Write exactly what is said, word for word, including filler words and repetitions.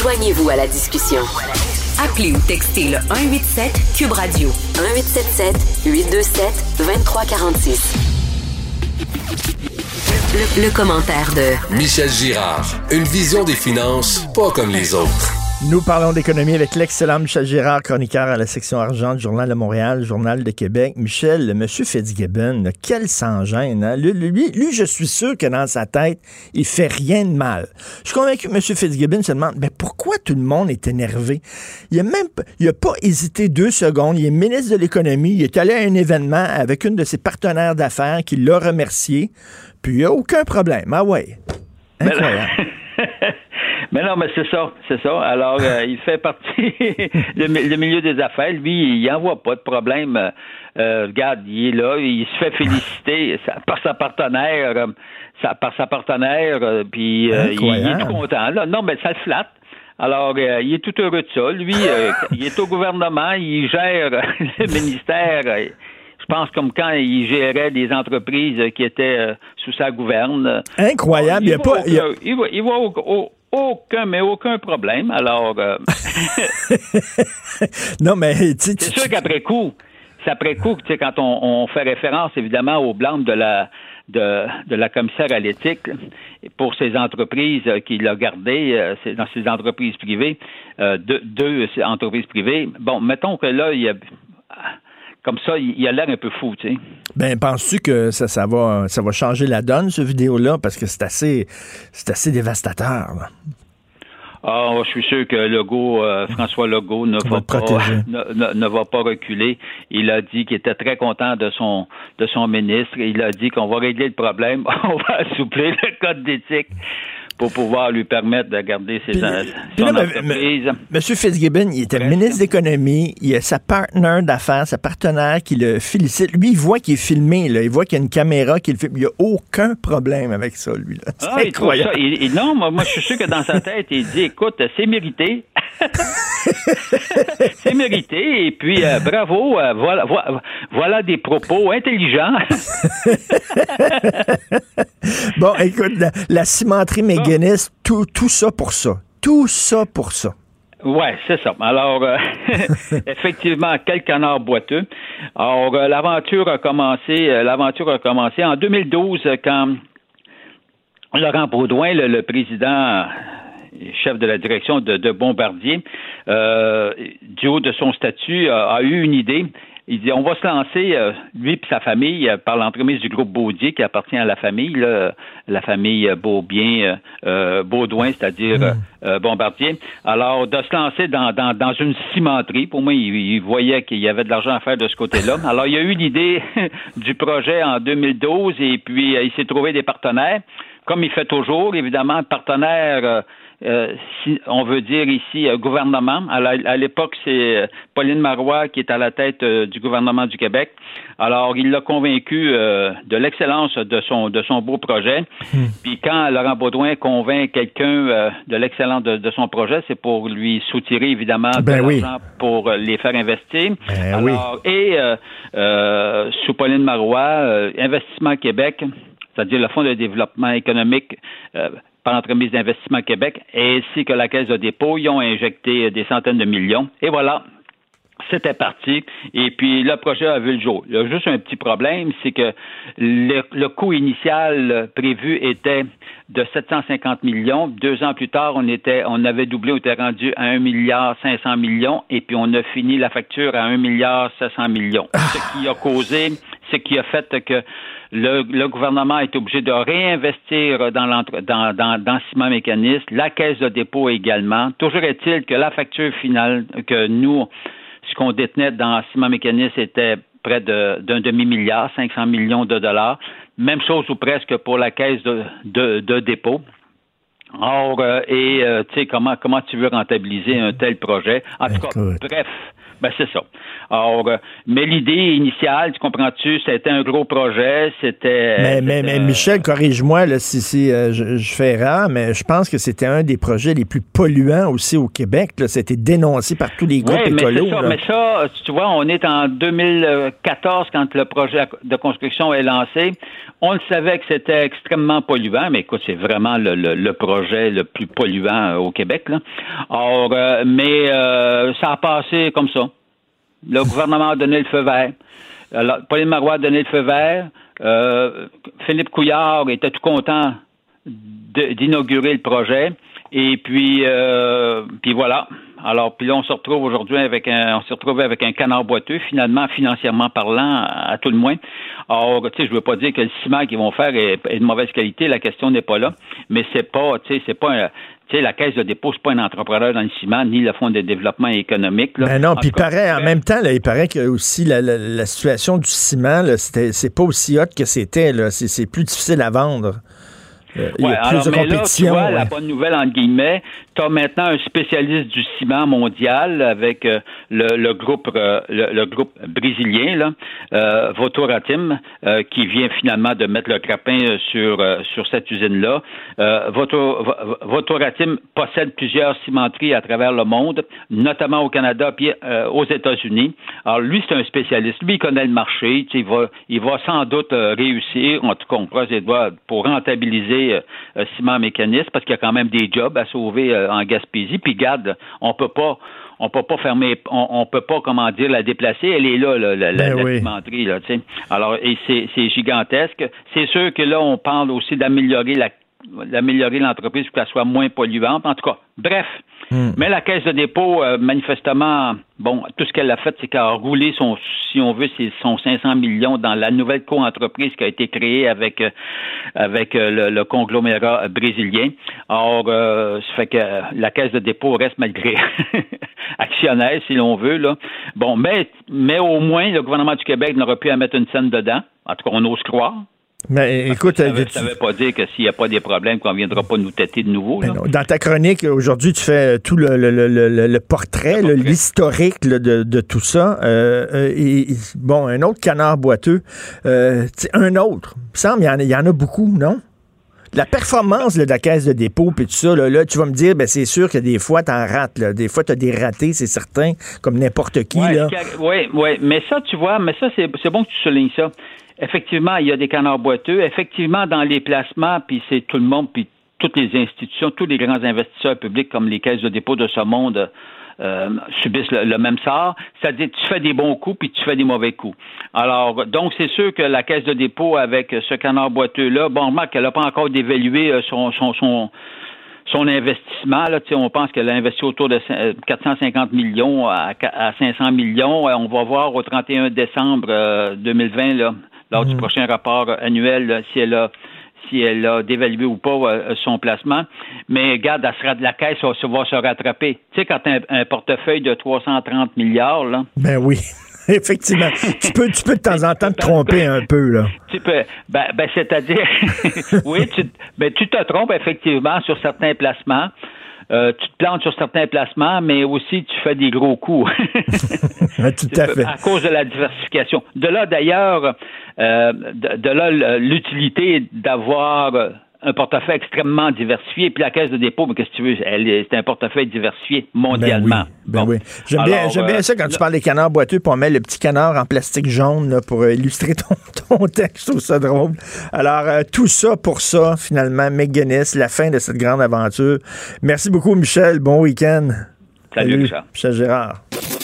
Joignez-vous à la discussion. Appelez ou textez le un huit sept Cube Radio un huit sept sept huit deux sept deux trois quatre six. Le, le commentaire de Michel Girard. Une vision des finances pas comme les autres. Nous parlons d'économie avec l'excellent Michel Girard, chroniqueur à la section argent du Journal de Montréal, Journal de Québec. Michel, le monsieur Fitzgibbon, là, quel sans-gêne. Hein? Lui, lui, lui, je suis sûr que dans sa tête, il fait rien de mal. Je suis convaincu que monsieur Fitzgibbon se demande, ben pourquoi tout le monde est énervé? Il a même il a pas hésité deux secondes. Il est ministre de l'économie. Il est allé à un événement avec une de ses partenaires d'affaires qui l'a remercié. Puis il n'y a aucun problème. Ah ouais. Incroyable. Mais non, mais c'est ça, c'est ça. Alors, euh, il fait partie le, le milieu des affaires. Lui, il n'envoie pas de problème. Euh, regarde, il est là, il se fait féliciter par sa partenaire, euh, sa, par sa partenaire, euh, puis euh, il, il est tout content. Là. Non, mais ça le flatte. Alors, euh, il est tout heureux de ça. Lui, euh, il est au gouvernement, il gère le ministère. Euh, Je pense comme quand il gérait des entreprises qui étaient euh, sous sa gouverne. Incroyable. Il n'y a pas. Aucun, il, a... il voit, il voit au, au, aucun, mais aucun problème. Alors. Euh... non, mais. C'est sûr qu'après coup, c'est après coup, tu sais, quand on, on fait référence évidemment au blâme de la. De, de la commissaire à l'éthique pour ces entreprises qu'il a gardées euh, dans ces entreprises privées, euh, deux, deux entreprises privées. Bon, mettons que là, il y a. Comme ça, il a l'air un peu fou, tu sais. Ben, penses-tu que ça, ça va, ça va changer la donne, cette vidéo-là? Parce que c'est assez, c'est assez dévastateur, là. Ah, je suis sûr que Legault, euh, François Legault ne va, va pas, ne, ne, ne va pas reculer. Il a dit qu'il était très content de son, de son ministre. Il a dit qu'on va régler le problème. On va assouplir le code d'éthique pour pouvoir lui permettre de garder ses, puis, son puis là, entreprise. M. Monsieur Fitzgibbon, il était Presque. ministre d'économie, il a sa partenaire d'affaires, sa partenaire qui le félicite. Lui, il voit qu'il est filmé, là. Il voit qu'il y a une caméra qui le filme. Il n'y a aucun problème avec ça, lui. Là. C'est ah, incroyable. Il ça. Il, non, moi, moi, je suis sûr que dans sa tête, il dit, écoute, c'est mérité. c'est mérité. Et puis, euh, bravo. Euh, voilà, voilà, voilà des propos intelligents. Bon, écoute, la, la cimenterie McGuinness, tout, tout ça pour ça. Tout ça pour ça. Ouais, c'est ça. Alors, euh, effectivement, quel canard boiteux. Alors, euh, l'aventure a commencé, euh, l'aventure a commencé en deux mille douze quand Laurent Beaudoin, le, le président, chef de la direction de, de Bombardier, euh, du haut de son statut, a, a eu une idée. Il dit, on va se lancer, euh, lui et sa famille, euh, par l'entremise du groupe Baudier, qui appartient à la famille, là, la famille Beaubien, euh, Beaudoin, c'est-à-dire mmh. euh, Bombardier. Alors, de se lancer dans, dans, dans une cimenterie, pour moi, il, il voyait qu'il y avait de l'argent à faire de ce côté-là. Alors, il y a eu l'idée du projet en deux mille douze, et puis euh, il s'est trouvé des partenaires, comme il fait toujours, évidemment, partenaires... Euh, Euh, si on veut dire ici euh, gouvernement. À, la, à l'époque, c'est euh, Pauline Marois qui est à la tête euh, du gouvernement du Québec. Alors, il l'a convaincu euh, de l'excellence de son de son beau projet. Mmh. Puis quand Laurent Beaudoin convainc quelqu'un euh, de l'excellence de, de son projet, c'est pour lui soutirer évidemment ben de oui. l'argent pour les faire investir. Ben Alors, oui. et euh, euh, sous Pauline Marois, euh, Investissement Québec, c'est-à-dire le Fonds de développement économique euh, par l'entremise d'Investissement Québec, ainsi que la Caisse de dépôt, ils ont injecté des centaines de millions. Et voilà, c'était parti. Et puis, le projet a vu le jour. Il y a juste un petit problème, c'est que le, le coût initial prévu était de sept cent cinquante millions. Deux ans plus tard, on était, on avait doublé, on était rendu à un milliard cinq cents millions, et puis on a fini la facture à un milliard sept cents millions. Ce qui a causé, ce qui a fait que Le, le gouvernement est obligé de réinvestir dans, dans, dans, dans Ciment Mécanisme, la Caisse de dépôt également. Toujours est-il que la facture finale, que nous, ce qu'on détenait dans Ciment Mécanisme était près de, d'un demi-milliard, cinq cents millions de dollars. Même chose ou presque pour la Caisse de, de, de dépôt. Or, euh, et euh, tu sais, comment, comment tu veux rentabiliser un tel projet? En tout cas, bref. Ben, c'est ça. Alors, euh, mais l'idée initiale, tu comprends-tu, c'était un gros projet, c'était... Mais, c'était, mais, mais euh, Michel, corrige-moi là, si, si euh, je, je fais erreur, mais je pense que c'était un des projets les plus polluants aussi au Québec. Là. C'était dénoncé par tous les groupes oui, écolos. Mais, ça, là. mais ça, tu vois, on est en deux mille quatorze quand le projet de construction est lancé. On le savait que c'était extrêmement polluant, mais écoute, c'est vraiment le, le, le projet le plus polluant euh, au Québec. Là. Or, euh, mais euh, ça a passé comme ça. Le gouvernement a donné le feu vert. Alors, Pauline Marois a donné le feu vert. Euh, Philippe Couillard était tout content de, d'inaugurer le projet. Et puis, euh, puis voilà. Alors, puis là, on se retrouve aujourd'hui avec un, on s'est retrouvé avec un canard boiteux, finalement, financièrement parlant, à, à tout le moins. Alors, tu sais, je veux pas dire que le ciment qu'ils vont faire est, est de mauvaise qualité, la question n'est pas là, mais c'est pas, tu sais, c'est pas un, tu sais, la Caisse de dépôt, c'est pas un entrepreneur dans le ciment, ni le Fonds de développement économique. Là. Ben non, puis cas, paraît, en même temps, là, il paraît que aussi la, la, la situation du ciment, là, c'était, c'est pas aussi hot que c'était, là. C'est, c'est plus difficile à vendre. Euh, il ouais, y a plus alors, de mais compétition. Là, tu vois, ouais. la bonne nouvelle, entre guillemets, tu as maintenant un spécialiste du ciment mondial avec euh, le, le groupe euh, le, le groupe brésilien, là, euh, Votorantim, euh, qui vient finalement de mettre le grappin sur, euh, sur cette usine-là. Euh, Voto, Votorantim possède plusieurs cimenteries à travers le monde, notamment au Canada puis euh, aux États-Unis. Alors, lui, c'est un spécialiste. Lui, il connaît le marché. Il va, il va sans doute euh, réussir, en tout cas, on croise les doigts, pour rentabiliser Euh, ciment mécanisme parce qu'il y a quand même des jobs à sauver euh, en Gaspésie. Puis garde, on peut pas, on peut pas fermer, on, on peut pas, comment dire, la déplacer. Elle est là, là la, ben la, oui. la cimenterie, là, tu sais. Alors, et c'est, c'est gigantesque. C'est sûr que là, on parle aussi d'améliorer la, d'améliorer l'entreprise pour qu'elle soit moins polluante. En tout cas, bref. Mm. Mais la Caisse de dépôt, euh, manifestement, bon, tout ce qu'elle a fait, c'est qu'elle a roulé son, si on veut, c'est son cinq cents millions dans la nouvelle co-entreprise qui a été créée avec, euh, avec euh, le, le conglomérat brésilien. Or, euh, ça fait que euh, la Caisse de dépôt reste malgré actionnaire, si l'on veut, là. Bon, mais, mais au moins, le gouvernement du Québec n'aura plus à mettre une scène dedans. En tout cas, on ose croire. Mais écoute, ça ne veut, tu... veut pas dire que s'il n'y a pas des problèmes, qu'on ne viendra pas nous têter de nouveau. Là. Non, dans ta chronique, aujourd'hui, tu fais tout le, le, le, le, le portrait, le portrait. l'historique là, de, de tout ça. Euh, et, bon, un autre canard boiteux. Euh, un autre. Il me semble qu'il y, y en a beaucoup, non? La performance là, de la Caisse de dépôt puis tout ça, là, là, tu vas me dire, ben c'est sûr que des fois, tu en rates. Là. Des fois, tu as des ratés, c'est certain, comme n'importe qui. Oui, là. Oui, oui, mais ça, tu vois, mais ça, c'est, c'est bon que tu soulignes ça. Effectivement, il y a des canards boiteux. Effectivement, dans les placements, puis c'est tout le monde, puis toutes les institutions, tous les grands investisseurs publics comme les caisses de dépôt de ce monde euh, subissent le, le même sort. C'est-à-dire tu fais des bons coups, puis tu fais des mauvais coups. Alors, donc, c'est sûr que la Caisse de dépôt, avec ce canard boiteux-là, bon, remarque qu'elle n'a pas encore dévalué son... son, son Son investissement, là, on pense qu'elle a investi autour de quatre cent cinquante millions à, à cinq cents millions. On va voir au trente et un décembre deux mille vingt, là, lors mmh. du prochain rapport annuel, là, si elle a si elle a dévalué ou pas euh, son placement. Mais regarde, elle sera de la caisse, ça va se rattraper. Tu sais, quand tu as un, un portefeuille de trois cent trente milliards, là. Ben oui. Effectivement. tu peux, tu peux de temps en temps te tromper un peu, là. Tu peux. Ben, ben c'est-à-dire, oui, tu, ben, tu te trompes effectivement sur certains placements. Euh, tu te plantes sur certains placements, mais aussi tu fais des gros coups. Tout à fait. À cause de la diversification. De là, d'ailleurs, euh, de, de là l'utilité d'avoir un portefeuille extrêmement diversifié. Puis la Caisse de dépôt, mais qu'est-ce que tu veux, elle, c'est un portefeuille diversifié mondialement. Ben oui, ben bon. oui. J'aime, Alors, bien, j'aime euh, bien ça quand là, tu parles des canards boiteux, puis on met le petit canard en plastique jaune là, pour euh, illustrer ton, ton texte. Je trouve ça drôle. Alors, euh, tout ça pour ça, finalement, McGuinness, la fin de cette grande aventure. Merci beaucoup, Michel. Bon week-end. Salut, Salut Richard. Michel Gérard.